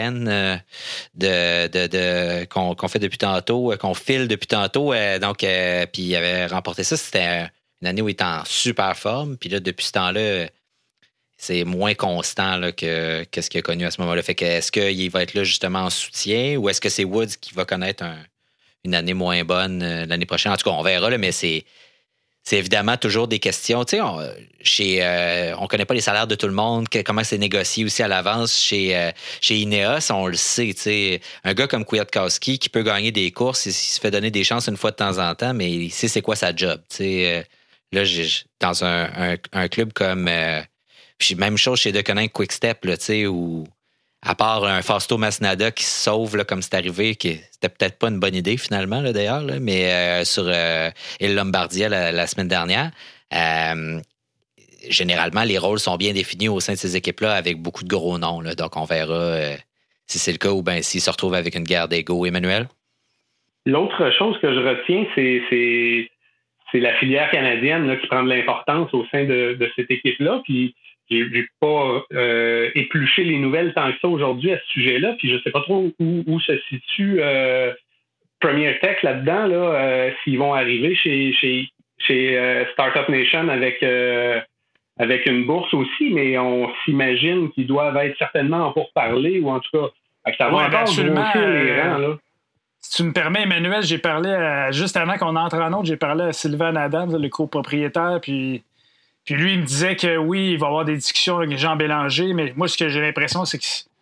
qu'on fait depuis tantôt, qu'on file depuis tantôt. Puis il avait remporté ça. C'était une année où il était en super forme. Puis là, depuis ce temps-là, c'est moins constant là, que ce qu'il a connu à ce moment-là. Fait que est-ce qu'il va être là justement en soutien ou est-ce que c'est Woods qui va connaître une année moins bonne l'année prochaine? En tout cas, on verra, là, mais c'est évidemment toujours des questions. Tu sais, on connaît pas les salaires de tout le monde, comment c'est négocié aussi à l'avance. Chez Ineos, on le sait. Tu sais, un gars comme Kwiatkowski qui peut gagner des courses, il se fait donner des chances une fois de temps en temps, mais il sait c'est quoi sa job. Tu sais, là, dans un club comme... Puis même chose chez Deceuninck Quick-Step, tu sais, où à part un Fausto Masnada qui se sauve là, comme c'est arrivé, qui c'était peut-être pas une bonne idée finalement, là, d'ailleurs, là, mais sur Il Lombardia la semaine dernière, généralement, les rôles sont bien définis au sein de ces équipes-là avec beaucoup de gros noms. Là, donc, on verra si c'est le cas ou bien s'ils se retrouvent avec une guerre d'ego. Emmanuel? L'autre chose que je retiens, c'est la filière canadienne là, qui prend de l'importance au sein de cette équipe-là. Puis, j'ai pas épluché les nouvelles tant que ça aujourd'hui à ce sujet-là, puis je sais pas trop où se situe Premier Tech là-dedans, là, s'ils vont arriver chez Startup Nation avec une bourse aussi, mais on s'imagine qu'ils doivent être certainement en pourparlers, ou en tout cas, ça va encore grossir les rangs. Là. Si tu me permets, Emmanuel, j'ai parlé, juste avant qu'on entre en autre, j'ai parlé à Sylvain Adams, le copropriétaire, puis lui, il me disait que oui, il va y avoir des discussions avec Jean Bélanger, mais moi, ce que j'ai l'impression, c'est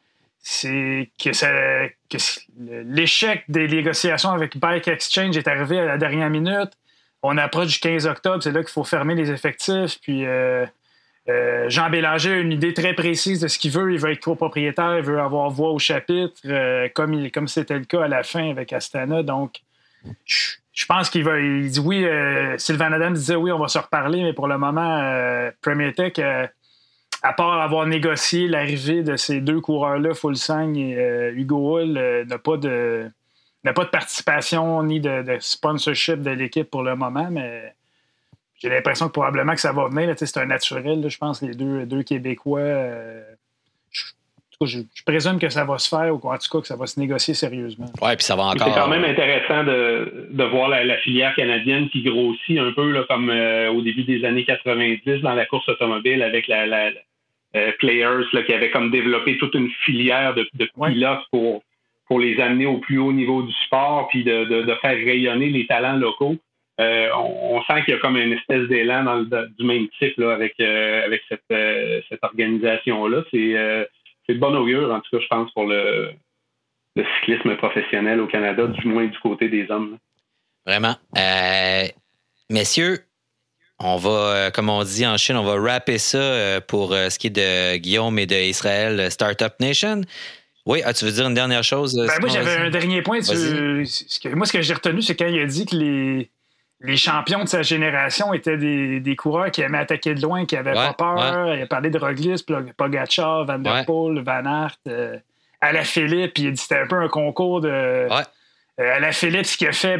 que l'échec des négociations avec Bike Exchange est arrivé à la dernière minute. On approche du 15 octobre, c'est là qu'il faut fermer les effectifs, puis Jean Bélanger a une idée très précise de ce qu'il veut. Il veut être copropriétaire, il veut avoir voix au chapitre, comme c'était le cas à la fin avec Astana. Donc, je pense il dit oui. Sylvain Adams disait oui, on va se reparler, mais pour le moment, Premier Tech, à part avoir négocié l'arrivée de ces deux coureurs-là, Fuglsang et Hugo Hull, n'a pas de participation ni de sponsorship de l'équipe pour le moment, mais j'ai l'impression que probablement que ça va venir. Là, c'est un naturel, là, je pense, les deux Québécois. Je présume que ça va se faire, ou en tout cas que ça va se négocier sérieusement. Oui, puis ça va encore. C'est quand même intéressant de voir la filière canadienne qui grossit un peu là, comme au début des années 90 dans la course automobile avec la Players là, qui avait comme développé toute une filière de pilotes pour les amener au plus haut niveau du sport, puis de faire rayonner les talents locaux. On sent qu'il y a comme une espèce d'élan du même type là, avec cette organisation-là. C'est de bon augure, en tout cas, je pense, pour le cyclisme professionnel au Canada, du moins du côté des hommes. Vraiment. Messieurs, on va, comme on dit en Chine, on va rapper ça pour ce qui est de Guillaume et d'Israël Startup Nation. Oui, tu veux dire une dernière chose? Moi, j'avais un dernier point. Moi, ce que j'ai retenu, c'est quand il a dit que les champions de sa génération étaient des coureurs qui aimaient attaquer de loin, qui n'avaient pas peur. Ouais. Il a parlé de Roglic, Pogačar, Van der Poel, Van Aert, Alaphilippe. Puis il a dit que c'était un peu un concours de... Ouais. Alaphilippe, ce qu'il a fait,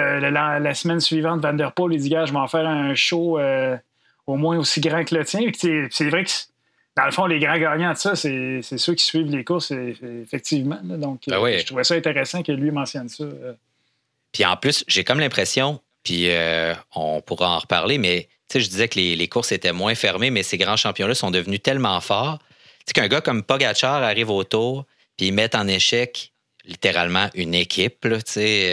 la semaine suivante, Van der Poel, il dit, gars, je vais en faire un show au moins aussi grand que le tien. C'est vrai que, dans le fond, les grands gagnants de ça, c'est ceux qui suivent les courses, effectivement. Là. Donc, je trouvais ça intéressant que lui mentionne ça. Puis en plus, j'ai comme l'impression, puis on pourra en reparler, mais je disais que les courses étaient moins fermées, mais ces grands champions-là sont devenus tellement forts. Qu'un gars comme Pogačar arrive au tour, puis ils mettent en échec littéralement une équipe, là,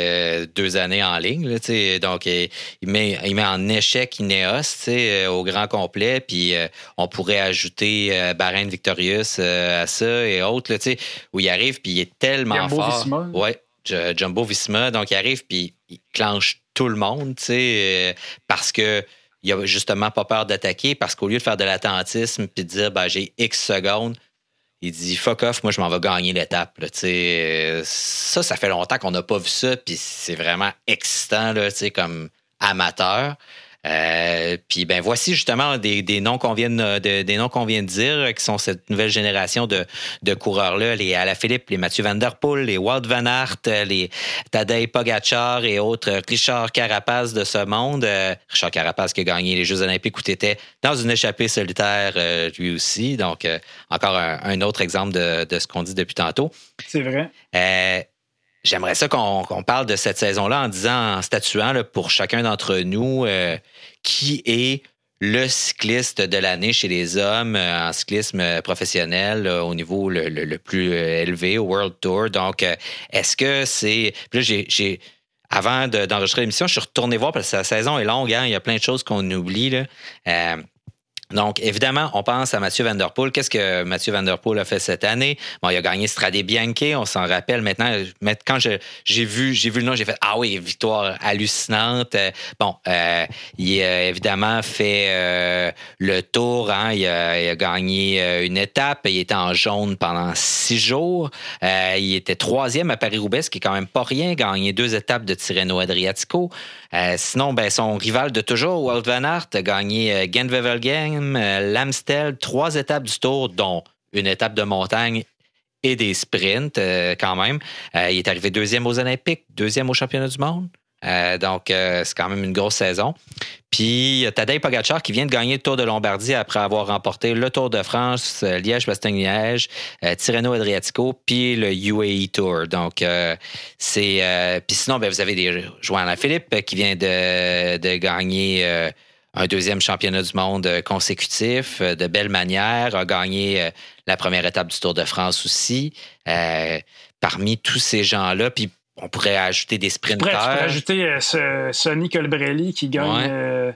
2 années en ligne. Là, donc, il met en échec Ineos au grand complet, puis on pourrait ajouter Bahrain Victorious à ça et autres, là, où il arrive, puis il est tellement fort. Oui, Jumbo-Visma. Donc, il arrive, puis il clenche tout le monde, parce que il a justement pas peur d'attaquer, parce qu'au lieu de faire de l'attentisme puis de dire j'ai X secondes, il dit fuck off, moi je m'en vais gagner l'étape. Là, ça fait longtemps qu'on n'a pas vu ça, puis c'est vraiment excitant là, comme amateur. Puis voici justement des noms qu'on vient de dire, qui sont cette nouvelle génération de coureurs-là, les Alaphilippe, les Mathieu Van Der Poel, les Wout Van Aert, les Tadej Pogačar et autres, Richard Carapaz de ce monde. Richard Carapaz qui a gagné les Jeux olympiques où tu étais dans une échappée solitaire lui aussi. Donc, encore un autre exemple de ce qu'on dit depuis tantôt. C'est vrai. J'aimerais ça qu'on parle de cette saison-là en statuant là, pour chacun d'entre nous qui est le cycliste de l'année chez les hommes en cyclisme professionnel au niveau le plus élevé au World Tour. Donc, est-ce que c'est... Puis là, avant d'enregistrer l'émission, je suis retourné voir parce que la saison est longue, hein, il y a plein de choses qu'on oublie, là. Donc, évidemment, on pense à Mathieu Van Der Poel. Qu'est-ce que Mathieu Van Der Poel a fait cette année? Bon, il a gagné Strade Bianche, on s'en rappelle maintenant. Mais quand j'ai vu le nom, j'ai fait « Ah oui, victoire hallucinante ». Il a évidemment fait le tour. Hein, il a gagné une étape. Il était en jaune pendant 6 jours. Il était 3e à Paris-Roubaix, ce qui est quand même pas rien. Gagné 2 étapes de Tirreno Adriatico. Sinon, son rival de toujours, Wout Van Aert, a gagné Gent-Wevelgem, l'Amstel, 3 étapes du Tour, dont une étape de montagne et des sprints quand même. Il est arrivé 2e aux Olympiques, 2e au Championnat du monde. Donc, c'est quand même une grosse saison. Puis, Tadej Pogačar qui vient de gagner le Tour de Lombardie après avoir remporté le Tour de France, Liège-Bastogne-Liège, Tirreno-Adriatico, puis le UAE Tour. Donc, puis sinon, vous avez Joan Alaphilippe qui vient de gagner un deuxième championnat du monde consécutif de belle manière, a gagné la première étape du Tour de France aussi. Parmi tous ces gens-là, puis on pourrait ajouter des sprinteurs. Tu pourrais ajouter Sonny Colbrelli qui gagne,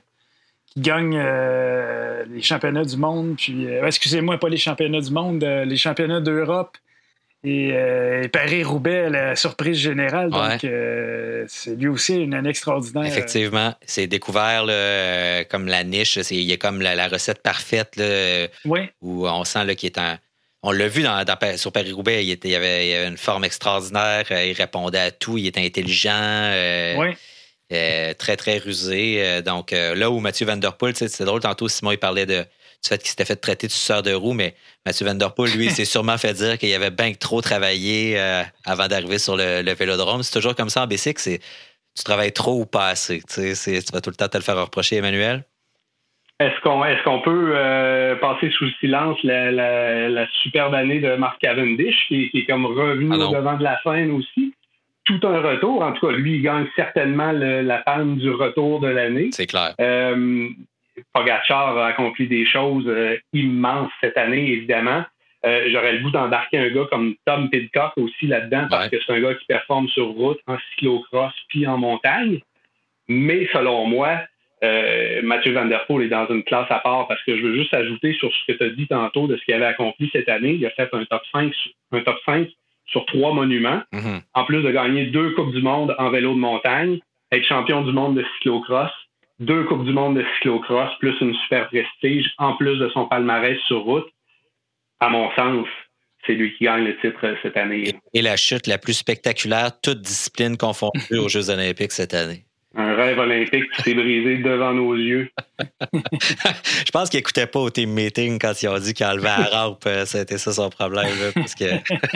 les championnats du monde. Puis, excusez-moi, pas les championnats du monde, les championnats d'Europe et Paris-Roubaix, la surprise générale. Donc, c'est lui aussi une année extraordinaire. Effectivement, c'est découvert là, comme la niche. Il y a comme la recette parfaite là, où on sent là, qu'il est un... On l'a vu sur Paris-Roubaix, il y avait une forme extraordinaire, il répondait à tout, il était intelligent, très, très rusé. Donc, là où Mathieu Van Der Poel, c'est drôle, tantôt Simon il parlait du fait qu'il s'était fait traiter de suceur de roue, mais Mathieu Van Der Poel, lui, il s'est sûrement fait dire qu'il avait bien trop travaillé avant d'arriver sur le vélodrome. C'est toujours comme ça en bicycle, tu travailles trop ou pas assez. Tu vas tout le temps te le faire reprocher, Emmanuel? Est-ce qu'on peut passer sous le silence la superbe année de Mark Cavendish qui est comme revenu au devant de la scène aussi? Tout un retour. En tout cas, lui, il gagne certainement la palme du retour de l'année. C'est clair. Pogačar a accompli des choses immenses cette année, évidemment. J'aurais le goût d'embarquer un gars comme Tom Pidcock aussi là-dedans parce que c'est un gars qui performe sur route, en cyclocross puis en montagne. Mais selon moi, Mathieu Van Der Poel est dans une classe à part parce que je veux juste ajouter sur ce que tu as dit tantôt de ce qu'il avait accompli cette année. Il a fait un top 5 sur 3 monuments, en plus de gagner 2 Coupes du monde en vélo de montagne, être champion du monde de cyclocross, 2 Coupes du monde de cyclocross, plus une super prestige, en plus de son palmarès sur route. À mon sens, c'est lui qui gagne le titre cette année. Et la chute la plus spectaculaire, toutes disciplines confondues aux Jeux olympiques cette année. Un rêve olympique qui s'est brisé devant nos yeux. Je pense qu'il n'écoutait pas au team meeting quand ils ont dit qu'il enlevait la rampe. C'était ça son problème. Là, parce que...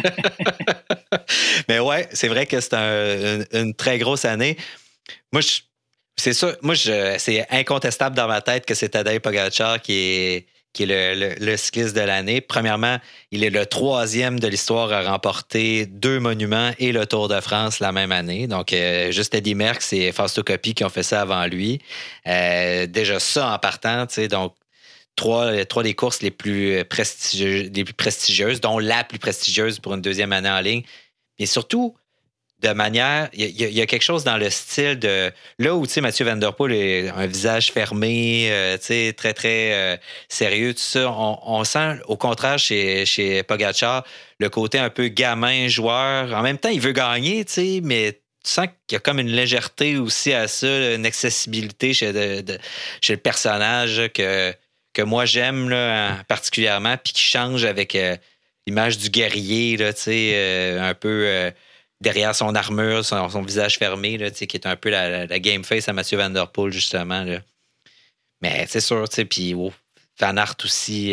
Mais ouais, c'est vrai que c'est une très grosse année. Moi, c'est sûr. C'est incontestable dans ma tête que c'est Tadej Pogačar qui est le cycliste de l'année. Premièrement, il est le 3e de l'histoire à remporter 2 monuments et le Tour de France la même année. Donc, juste Eddy Merckx et Fausto Coppi qui ont fait ça avant lui. Déjà ça en partant, tu sais, donc 3 des courses les plus prestigieuses, dont la plus prestigieuse pour une 2e année en ligne. Mais surtout, de manière, il y a quelque chose dans le style de là où tu sais Mathieu Van Der Poel a un visage fermé, tu sais très très sérieux tout ça. On sent au contraire chez Pogačar le côté un peu gamin joueur. En même temps, il veut gagner, tu sais, mais tu sens qu'il y a comme une légèreté aussi à ça, une accessibilité chez le personnage que moi j'aime là, particulièrement, puis qui change avec l'image du guerrier là, tu sais, un peu derrière son armure, son visage fermé, là, qui est un peu la game face à Mathieu Van Der Poel, justement. Là. Mais c'est sûr, puis Van Aert aussi.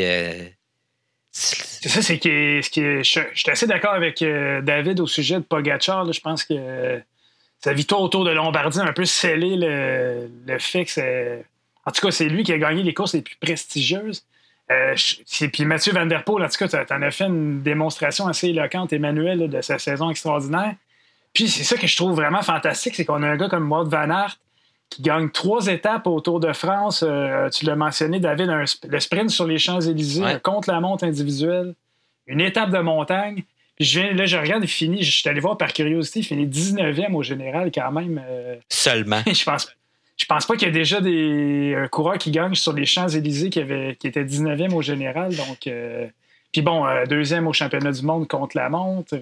C'est ça, c'est je suis assez d'accord avec David au sujet de Pogačar. Là, je pense que sa victoire autour de Lombardie a un peu scellé le fait que c'est... En tout cas, c'est lui qui a gagné les courses les plus prestigieuses. Puis Mathieu Van Der Poel, en tout cas, tu en as fait une démonstration assez éloquente, Emmanuel, là, de sa saison extraordinaire. Puis c'est ça que je trouve vraiment fantastique, c'est qu'on a un gars comme Wout Van Aert qui gagne 3 étapes au Tour de France. Tu l'as mentionné, David, le sprint sur les Champs-Élysées, un contre-la-montre individuelle, une étape de montagne. Puis je regarde, je suis allé voir par curiosité, il finit 19e au général quand même. Seulement. Je pense pas qu'il y a déjà un coureur qui gagne sur les Champs-Élysées qui était 19e au général. Donc, puis bon, 2e au championnat du monde contre la montre.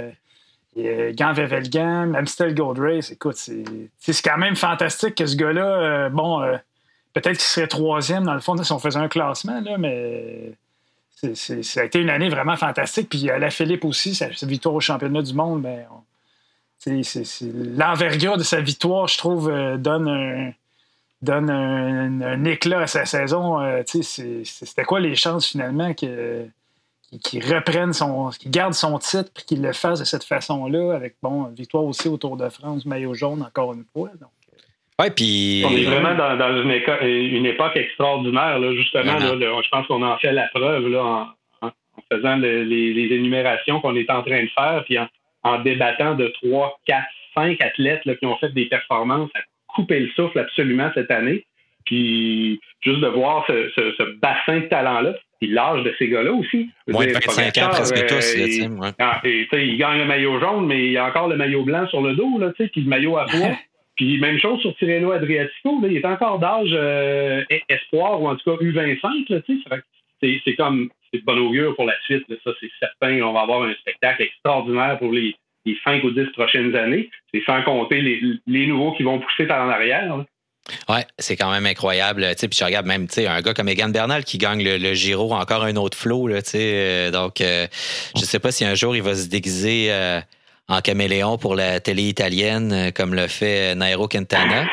Gant Wevelgem, Amstel Gold Race. Écoute, c'est quand même fantastique que ce gars-là, peut-être qu'il serait 3e dans le fond si on faisait un classement, là, mais ça a été une année vraiment fantastique. Puis Alaphilippe aussi, sa victoire au championnat du monde, ben, l'envergure de sa victoire, je trouve, donne un éclat à sa saison. C'était quoi les chances finalement qu'il qu'il reprenne qu'il garde son titre puis qu'il le fasse de cette façon-là, avec victoire aussi au Tour de France, maillot jaune encore une fois. Donc. Ouais, puis... On est vraiment dans une époque extraordinaire, là, justement. Là, je pense qu'on en fait la preuve là, en faisant les énumérations qu'on est en train de faire, puis en débattant de 3, 4, 5 athlètes là, qui ont fait des performances à couper le souffle absolument cette année. Puis juste de voir ce bassin de talent-là, puis l'âge de ces gars-là aussi. Moins de 25 ans, presque tous. Il gagne le maillot jaune, mais il y a encore le maillot blanc sur le dos, là, puis le maillot à poids. Puis même chose sur Tirreno Adriatico, là, il est encore d'âge espoir, ou en tout cas U25. Là, c'est comme c'est de bon augure pour la suite. Là, ça, c'est certain. On va avoir un spectacle extraordinaire pour les 5 ou 10 prochaines années. C'est sans compter les nouveaux qui vont pousser par en arrière. Là. Oui, c'est quand même incroyable. Puis je regarde même un gars comme Egan Bernal qui gagne le Giro, encore un autre flot. Là, donc, je ne sais pas si un jour il va se déguiser en caméléon pour la télé italienne, comme le fait Nairo Quintana.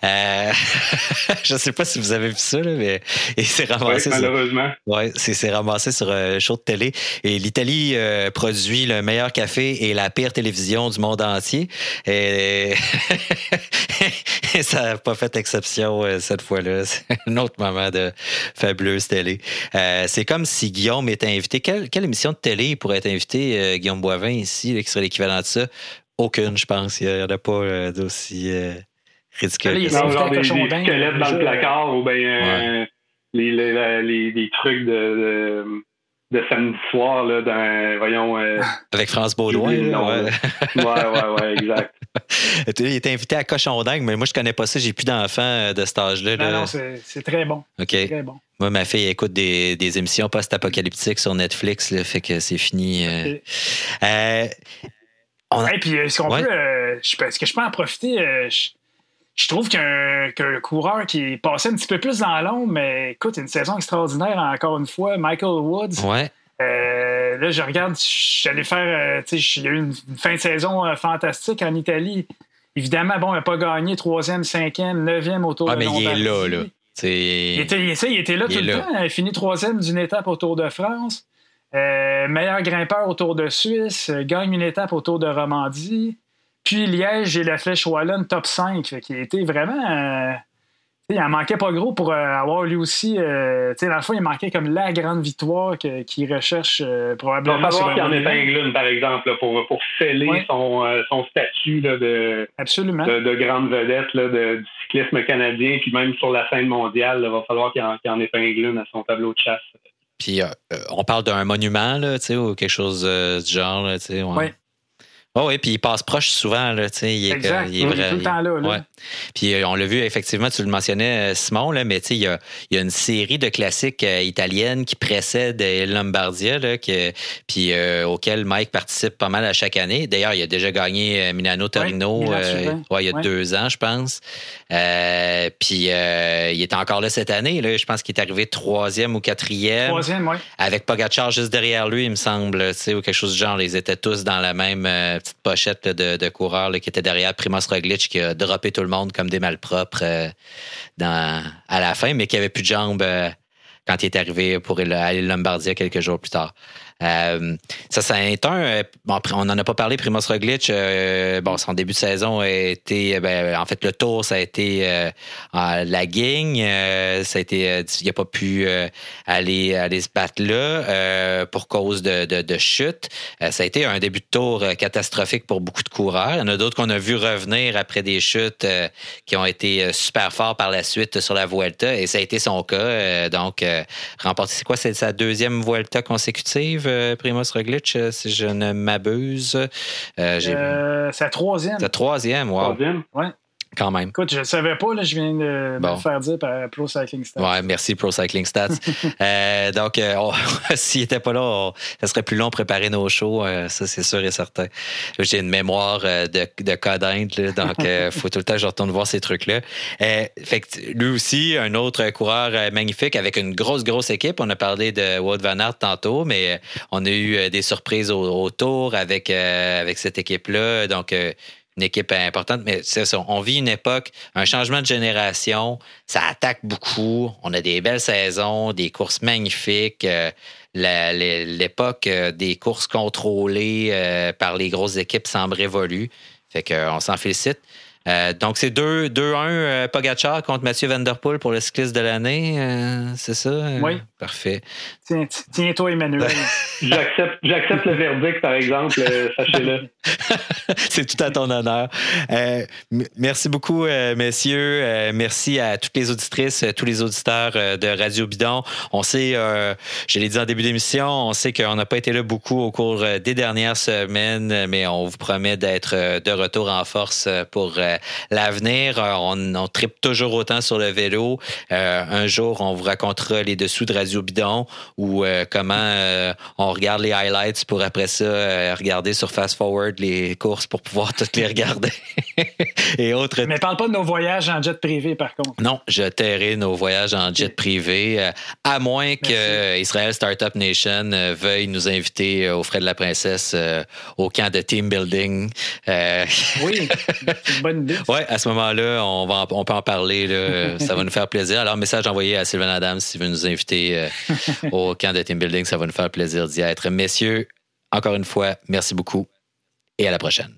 Je ne sais pas si vous avez vu ça, là, mais il s'est ramassé. Oui, malheureusement. C'est ramassé sur un show de télé. Et l'Italie produit le meilleur café et la pire télévision du monde entier. Et ça n'a pas fait exception cette fois-là. C'est un autre moment de fabuleuse télé. C'est comme si Guillaume était invité. Quelle émission de télé il pourrait être invité, Guillaume Boivin, ici, qui serait l'équivalent de ça? Aucune, je pense. Il n'y en a pas d'aussi ridicule. Non, genre des squelettes dans le placard ou bien les trucs de samedi soir, là, voyons... avec France Baudouin. Ouais, exact. Il était invité à Cochon Dingue, mais moi, je connais pas ça. J'ai plus d'enfants de cet âge-là. Non, c'est très bon. OK. C'est très bon. Moi, ma fille écoute des émissions post-apocalyptiques sur Netflix, là, fait que c'est fini. Okay. Puis, est-ce qu'on peut... est-ce que je peux en profiter? Je trouve qu'un coureur qui est passé un petit peu plus dans l'ombre, mais écoute, une saison extraordinaire, encore une fois, Michael Woods. Ouais. Là, je regarde, j'allais faire... il y a eu une fin de saison fantastique en Italie. Évidemment, il n'a pas gagné 3e, 5e, 9e au Tour de Lombardie. Mais il est là. Il était là tout le temps. Il a fini 3e d'une étape au Tour de France. Meilleur grimpeur au Tour de Suisse. Gagne une étape au Tour de Romandie. Puis Liège et la Flèche Wallonne, top 5. Qui a été vraiment... il en manquait pas gros pour avoir lui aussi... dans le fond, il manquait comme la grande victoire qu'il recherche probablement. Il va falloir qu'il en épingle une, par exemple, là, pour sceller son statut là, de grande vedette là, du cyclisme canadien, puis même sur la scène mondiale, il va falloir qu'il en épingle une à son tableau de chasse. Puis on parle d'un monument, là, ou quelque chose du genre. Là, oui. Oui, puis il passe proche souvent. Là, il est exact. Il est tout le temps là. Ouais. Puis on l'a vu, effectivement, tu le mentionnais, Simon, là, mais il y a une série de classiques italiennes qui précèdent Lombardia, là, puis auxquelles Mike participe pas mal à chaque année. D'ailleurs, il a déjà gagné Milano-Torino il y a 2 ans, je pense. Puis il est encore là cette année. Là, je pense qu'il est arrivé 3e ou 4e. 3e, oui. Avec Pogacar juste derrière lui, il me semble, ou quelque chose du genre. Ils étaient tous dans la même petite pochette là, de coureurs là, qui était derrière Primož Roglič, qui a droppé tout le monde comme des malpropres à la fin, mais qui avait plus de jambes quand il est arrivé pour aller Lombardia quelques jours plus tard. Ça est on n'en a pas parlé, Primož Roglič. Son début de saison a été... en fait, le Tour, ça a été la guigne. Ça a été... il n'a pas pu aller se battre là pour cause de chute. Ça a été un début de Tour catastrophique pour beaucoup de coureurs. Il y en a d'autres qu'on a vu revenir après des chutes qui ont été super forts par la suite sur la Vuelta, et ça a été son cas. Remporté, c'est quoi? C'est sa 2e Vuelta consécutive, Primož Roglič, si je ne m'abuse. Sa 3e. Sa 3e, wow. 3e? Oui. Quand même. Écoute, je ne savais pas, là, je viens de me le faire dire par Pro Cycling Stats. Oui, merci Pro Cycling Stats. Donc, s'il n'était pas là, ça serait plus long de préparer nos shows, ça c'est sûr et certain. J'ai une mémoire de codinte, là, donc il faut tout le temps que je retourne voir ces trucs-là. Fait que lui aussi, un autre coureur magnifique avec une grosse équipe. On a parlé de Wout van Aert tantôt, mais on a eu des surprises au Tour avec cette équipe-là. Donc, une équipe importante, mais c'est ça. On vit une époque, un changement de génération. Ça attaque beaucoup. On a des belles saisons, des courses magnifiques. L'époque des courses contrôlées par les grosses équipes semble révolue. Fait qu'on s'en félicite. Donc, c'est 2-1 Pogačar contre Mathieu Van Der Poel pour le cycliste de l'année. C'est ça? Oui. Parfait. Tiens-toi, Emmanuel. J'accepte le verdict, par exemple, sachez-le. C'est tout à ton honneur. Merci beaucoup, messieurs. Merci à toutes les auditrices, tous les auditeurs de Radio Bidon. On sait, je l'ai dit en début d'émission, on sait qu'on n'a pas été là beaucoup au cours des dernières semaines, mais on vous promet d'être de retour en force pour l'avenir. On tripe toujours autant sur le vélo. Un jour, on vous racontera les dessous de Radio Bidon ou comment on regarde les highlights pour après ça regarder sur Fast Forward les courses pour pouvoir toutes les regarder et autres. Mais parle pas de nos voyages en jet privé, par contre. Non, je tairai nos voyages en jet privé, à moins que Israel Startup Nation veuille nous inviter aux frais de la princesse au camp de team building. Oui, c'est une bonne idée. Oui, à ce moment-là, on peut en parler. Là. Ça va nous faire plaisir. Alors, message envoyé à Sylvain Adams s'il veut nous inviter au camp de team building. Ça va nous faire plaisir d'y être. Messieurs, encore une fois, merci beaucoup et à la prochaine.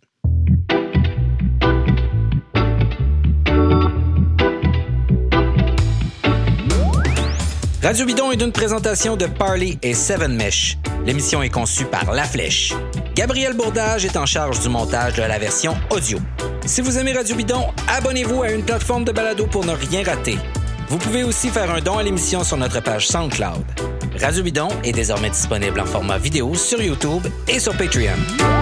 Radio Bidon est une présentation de Parley et Seven Mesh. L'émission est conçue par La Flèche. Gabriel Bourdage est en charge du montage de la version audio. Si vous aimez Radio Bidon, abonnez-vous à une plateforme de balado pour ne rien rater. Vous pouvez aussi faire un don à l'émission sur notre page SoundCloud. Radio Bidon est désormais disponible en format vidéo sur YouTube et sur Patreon.